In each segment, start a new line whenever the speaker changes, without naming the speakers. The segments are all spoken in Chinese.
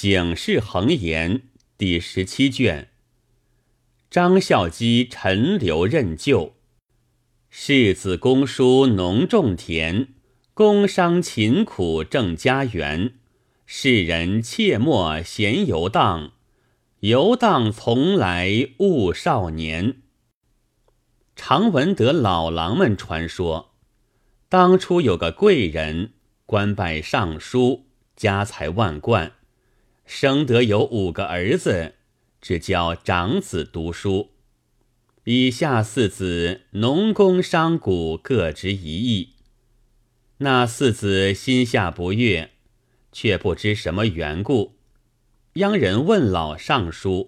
警世恒言第17卷。张孝基陈留任旧。世子公叔农种田，工商勤苦正家园。世人切莫闲游荡，游荡从来误少年。常闻得老郎们传说，当初有个贵人，官拜尚书，家财万贯，生得有5个儿子，只教长子读书。以下4子农工商贾各执一艺。那4子心下不悦，却不知什么缘故，央人问老尚书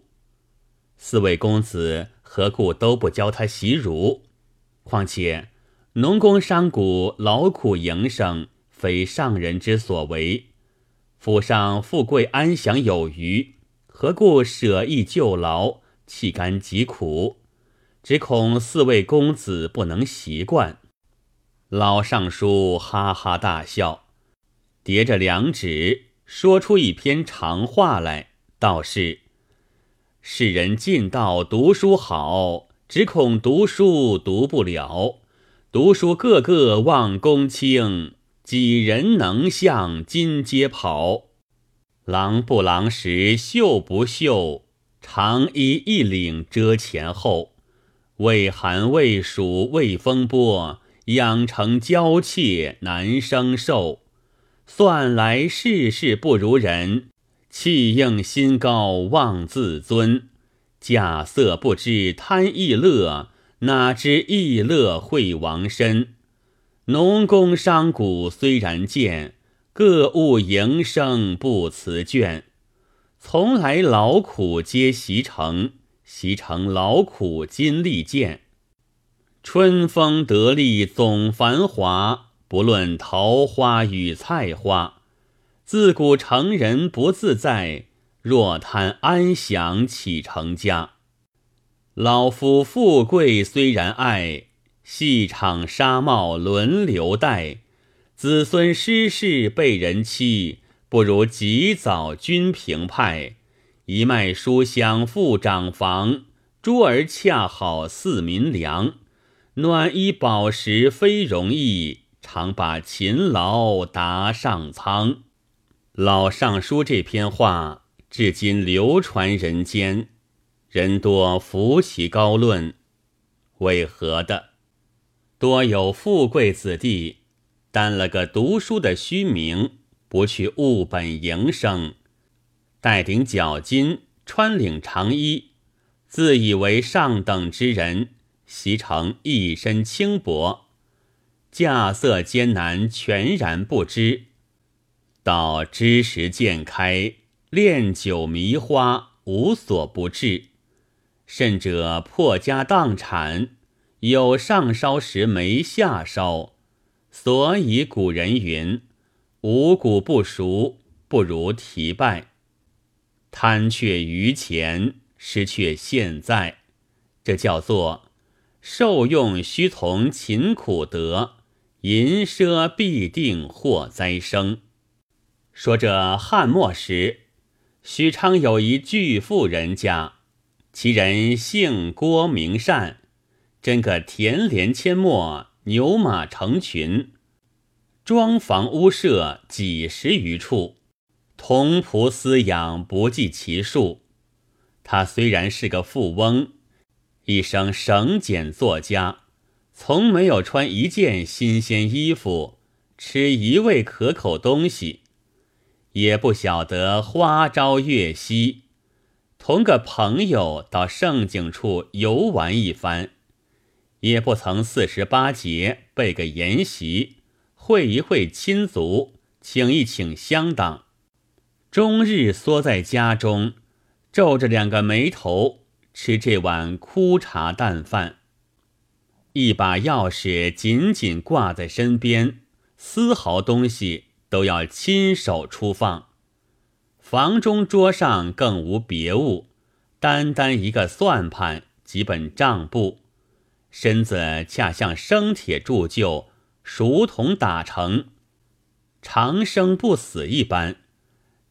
：4位公子何故都不教他习儒？况且农工商贾劳苦营生，非上人之所为，府上富贵安享有余，何故舍逸就劳，弃甘疾苦？只恐4位公子不能习惯。老尚书哈哈大笑，叠着2指，说出一篇长话来，道是：世人尽道读书好，只恐读书读不了，读书个个望公卿，几人能向金街跑？郎不郎时，袖不袖，长衣一领遮前后，畏寒畏暑畏风波，养成娇怯难生受。算来事事不如人，气应心高妄自尊。稼穑不知贪逸乐，哪知逸乐会亡身？农工商贾虽然见，各务营生不辞倦。从来劳苦皆习成，习成劳苦今利见。春风得利总繁华，不论桃花与菜花。自古成人不自在，若贪安享岂成家？老夫富贵虽然爱，戏场纱帽轮流戴。子孙失势被人欺，不如及早均平派。一脉书香复长房，诸儿恰好似民粮。暖衣饱食非容易，常把勤劳达上苍。老尚书这篇话至今流传人间，人多服其高论。为何的？多有富贵子弟，担了个读书的虚名，不去务本营生，戴顶角巾，穿领长衣，自以为上等之人，习成一身轻薄，稼穑艰难全然不知。到知识渐开，炼酒迷花，无所不至。甚者破家荡产，有上烧时没下烧。所以古人云：五谷不熟，不如提败。贪却于前，失却现在，这叫做受用须从勤苦得，淫奢必定祸灾生。说这汉末时，许昌有一巨富人家，其人姓郭名善，真个田连阡陌，牛马成群，庄房屋舍几十余处，童仆饲养不计其数。他虽然是个富翁，一生省俭作家，从没有穿一件新鲜衣服，吃一味可口东西，也不晓得花朝月夕。同个朋友到盛景处游玩一番，也不曾48节备个筵席，会一会亲族，请一请乡党，终日缩在家中，皱着2个眉头，吃这碗枯茶淡饭。一把钥匙紧紧挂在身边，丝毫东西都要亲手出放。房中桌上更无别物，单单一个算盘，几本账簿，身子恰像生铁铸就，熟铜打成，长生不死一般，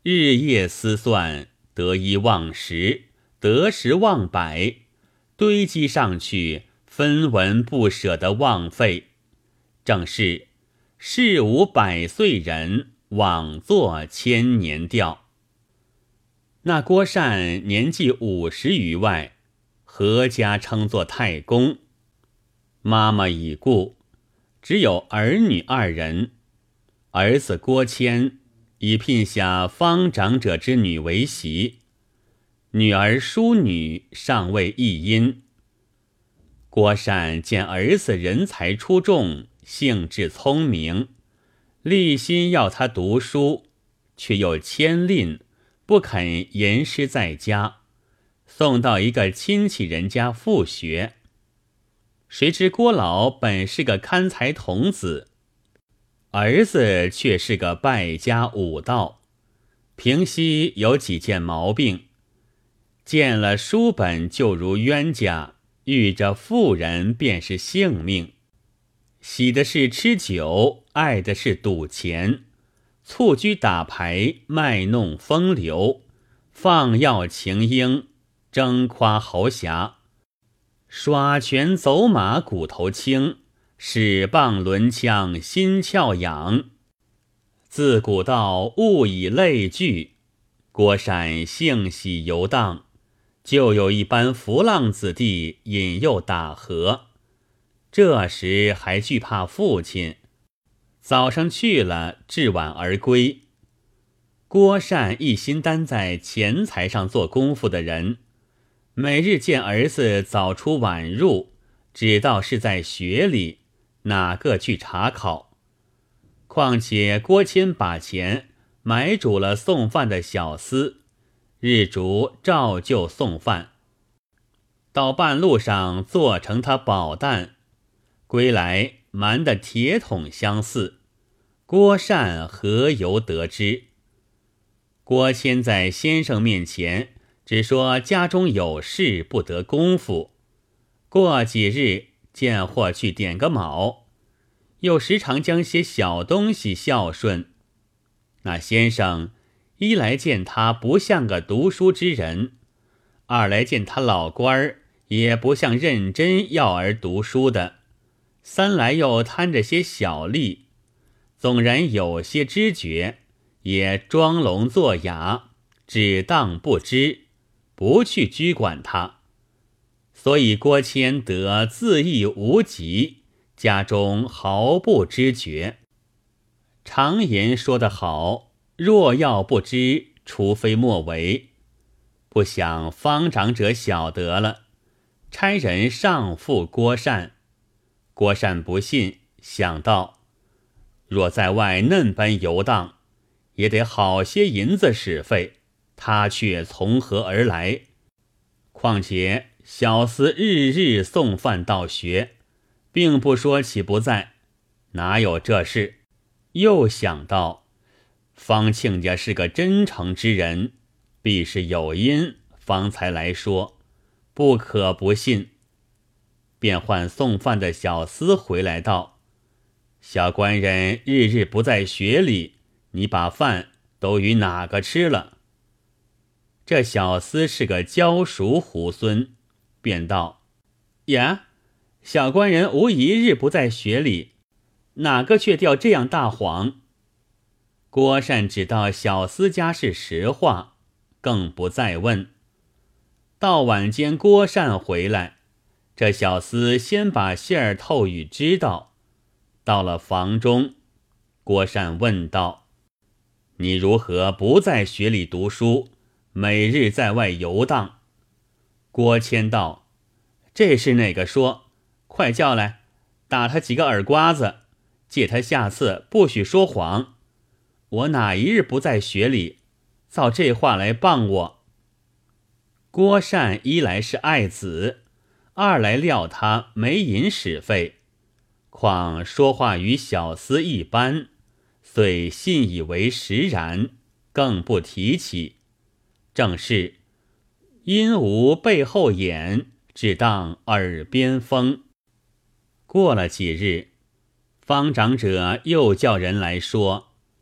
日夜思算，得一忘十，得十忘百，堆积上去，分文不舍的枉费。正是事无100岁人，枉作千年吊。那郭善年纪50余外，阖家称作太公。妈妈已故，只有儿女2人。儿子郭谦已聘下方长者之女为媳，女儿淑女尚未一姻。郭善见儿子人才出众，性质聪明，立心要他读书，却又谦吝，不肯言师在家，送到一个亲戚人家复学。谁知郭老本是个堪才童子，儿子却是个败家武道，平息有几件毛病，见了书本就如冤家，遇着妇人便是性命，喜的是吃酒，爱的是赌钱，蹴鞠打牌，卖弄风流，放耀情英，争夸豪侠，耍拳走马骨头轻，使棒抡枪心窍痒。自古道物以类聚，郭善性喜游荡，就有一班浮浪子弟引诱打和。这时还惧怕父亲，早上去了，至晚而归。郭善一心担在钱财上做功夫的人，每日见儿子早出晚入，只道是在学里，哪个去查考？况且郭谦把钱买煮了送饭的小厮，日逐照旧送饭，到半路上做成他宝蛋，归来瞒得铁桶相似。郭善何由得知？郭谦在先生面前只说家中有事不得功夫，过几日见或去点个卯，又时常将些小东西孝顺。那先生一来见他不像个读书之人，二来见他老官儿也不像认真要儿读书的，三来又贪着些小利，纵然有些知觉，也装聋作哑，只当不知，不去拘管他。所以郭谦得自缢无疾，家中毫不知觉。常言说得好，若要不知，除非莫为。不想方长者晓得了，差人上付郭善。郭善不信，想到若在外嫩般游荡，也得好些银子使费，他却从何而来？况且小厮日日送饭到学，并不说起不在，哪有这事？又想到方亲家是个真诚之人，必是有因方才来说，不可不信。便唤送饭的小厮回来道：小官人日日不在学里，你把饭都与哪个吃了？这小厮是个娇熟猢狲，便道：呀，小官人无一日不在学里，哪个却吊这样大谎？郭善只道小厮家是实话，更不再问。到晚间郭善回来，这小厮先把信儿透与知道。到了房中，郭善问道：你如何不在学里读书，每日在外游荡？郭谦道：这是哪个说？快叫来，打他几个耳刮子，借他下次不许说谎。我哪一日不在学里，造这话来谤我？郭善一来是爱子，二来料他没银使费，况说话与小厮一般，遂信以为实然，更不提起。正是因无背后眼，只当耳边风。过了几日，方长者又叫人来说，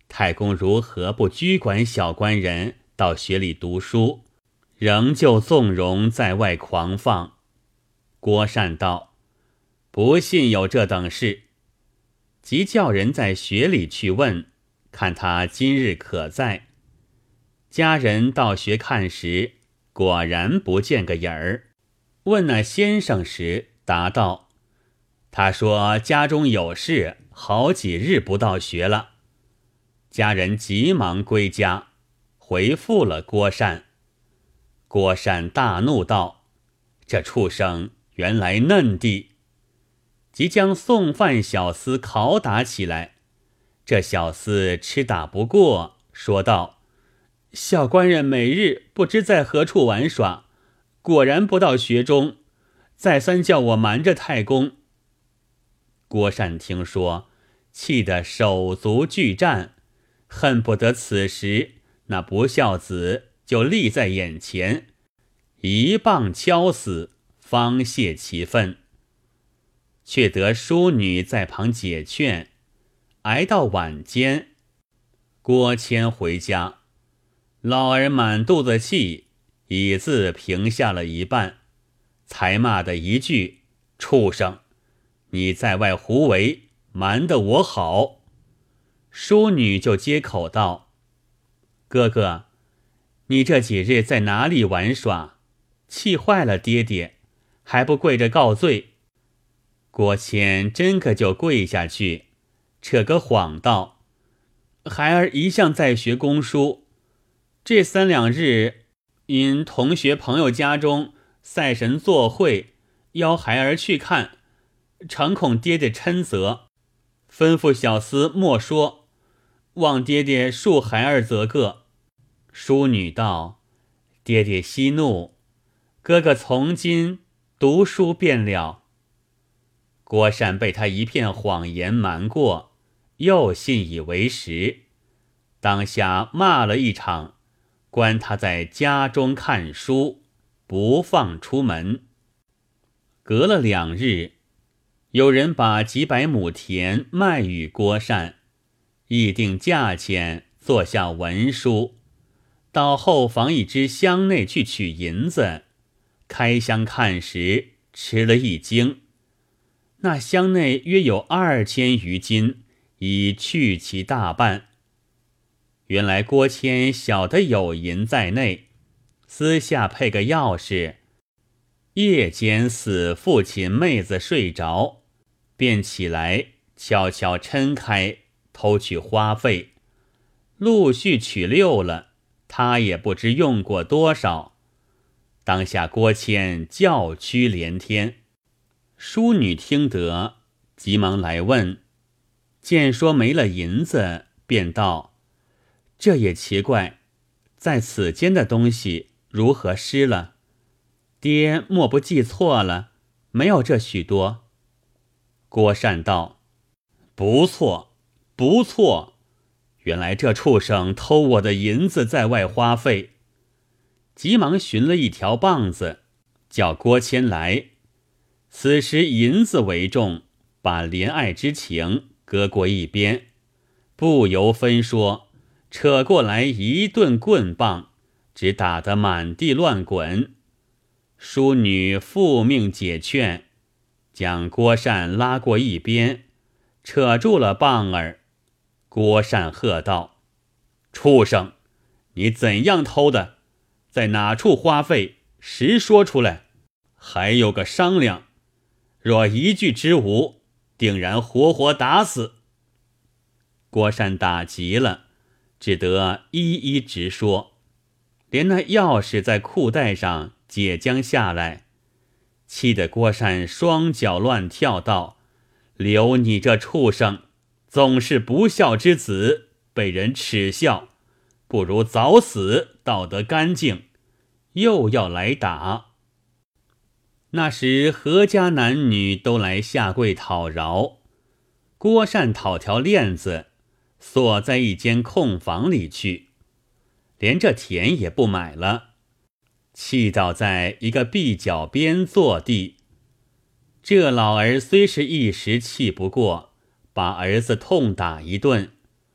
太公如何不拘管小官人到学里读书，仍旧纵容在外狂放？郭善道：不信有这等事。即叫人在学里去问，看他今日可在。家人到学看时，果然不见个影儿。问那先生时，答道：他说家中有事，好几日不到学了。家人急忙归家，回复了郭善。郭善大怒道：这畜生原来嫩地！即将送饭小厮拷打起来。这小厮吃打不过，说道：小官人每日不知在何处玩耍，果然不到学中，再三叫我瞒着太公。郭善听说，气得手足俱战，恨不得此时那不孝子就立在眼前，一棒敲死，方泄其愤。却得淑女在旁解劝，挨到晚间，郭谦回家，老儿满肚子气，已自平下了一半，才骂的一句：畜生，你在外胡为，瞒得我好。淑女就接口道：哥哥，你这几日在哪里玩耍？气坏了爹爹，还不跪着告罪？郭谦真个就跪下去，扯个谎道：孩儿一向在学公书，这3、2日因同学朋友家中赛神作会，邀孩儿去看，诚恐爹爹嗔责，吩咐小厮莫说，望爹爹恕孩儿则个。淑女道：爹爹息怒，哥哥从今读书便了。郭善被他一片谎言瞒过，又信以为实，当下骂了一场，关他在家中看书，不放出门。隔了2日，有人把几百亩田卖与郭善，议定价钱，做下文书，到后房一只箱内去取银子，开箱看时，吃了一惊。那箱内约有2000余金，已去其大半。原来郭谦晓得有银在内，私下配个钥匙，夜间死父亲妹子睡着，便起来悄悄抻开，偷取花费，陆续取溜了，他也不知用过多少。当下郭谦叫屈连天。淑女听得，急忙来问，见说没了银子，便道：这也奇怪，在此间的东西如何失了？爹莫不记错了，没有这许多？郭善道：不错，不错，原来这畜生偷我的银子在外花费。急忙寻了一条棒子，叫郭谦来。此时银子为重，把怜爱之情搁过一边，不由分说，扯过来一顿棍棒，只打得满地乱滚。淑女复命解劝，将郭善拉过一边，扯住了棒儿。郭善喝道：畜生，你怎样偷的？在哪处花费？实说出来，还有个商量。若一句之无，定然活活打死。郭善打急了，只得一一直说，连那钥匙在裤带上解将下来，气得郭善双脚乱跳道：留你这畜生，总是不孝之子，被人耻笑，不如早死，道得干净。又要来打。那时何家男女都来下跪讨饶，郭善讨条链子，锁在一间空房里去，连这田也不买了，气倒在一个壁角边坐地。这老儿虽是一时气不过，把儿子痛打一顿，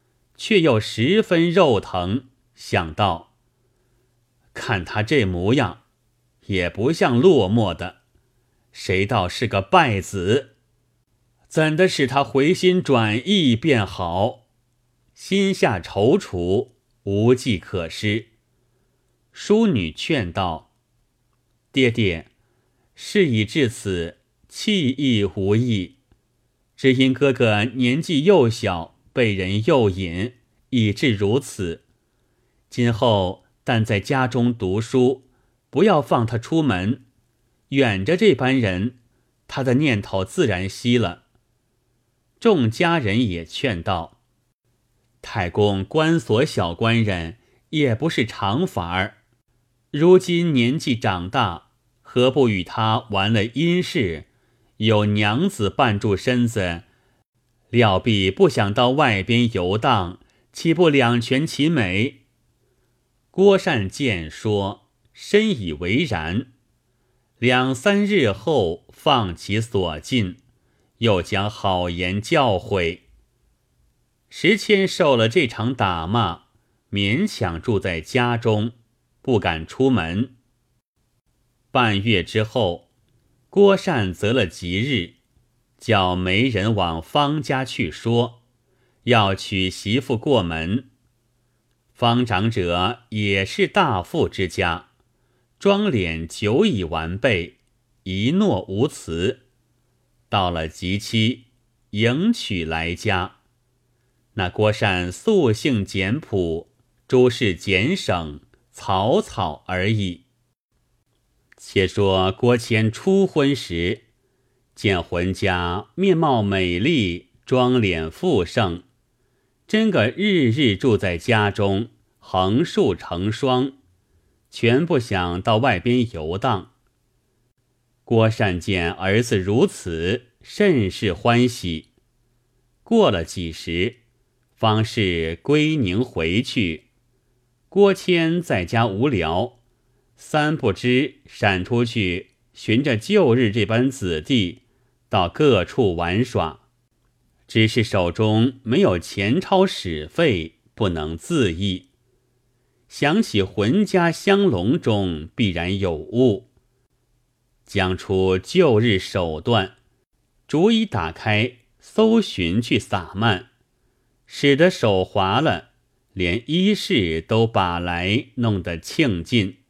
却又十分肉疼，想到看他这模样，也不像落寞的，谁道是个败子？怎的使他回心转意便好？心下踌躇，无计可施。淑女劝道：爹爹，事已至此，弃亦无益，只因哥哥年纪幼小，被人诱引，以致如此。今后但在家中读书，不要放他出门，远着这般人，他的念头自然息了。众家人也劝道：太公关锁小官人，也不是常法儿。如今年纪长大，何不与他玩了阴事，有娘子伴住身子，料必不想到外边游荡，岂不两全其美？郭善见说，深以为然。2-3日后放其所禁，又将好言教诲。时迁受了这场打骂，勉强住在家中，不敢出门。半月之后，郭善择了吉日，叫媒人往方家去说，要娶媳妇过门。方长者也是大富之家，妆脸久已完备，一诺无辞。到了吉期，迎娶来家。那郭善素性简朴，诸事简省，草草而已。且说郭谦初婚时，见浑家面貌美丽，妆脸富盛，真个日日住在家中，横竖成双，全不想到外边游荡。郭善见儿子如此，甚是欢喜。过了几时，方是归宁回去。郭谦在家无聊，三不知闪出去寻着旧日这般子弟，到各处玩耍，只是手中没有钱钞使费，不能自意。想起浑家香笼中必然有物，将出旧日手段，逐一打开搜寻去撒漫，使得手滑了，连衣饰都把来弄得庆尽。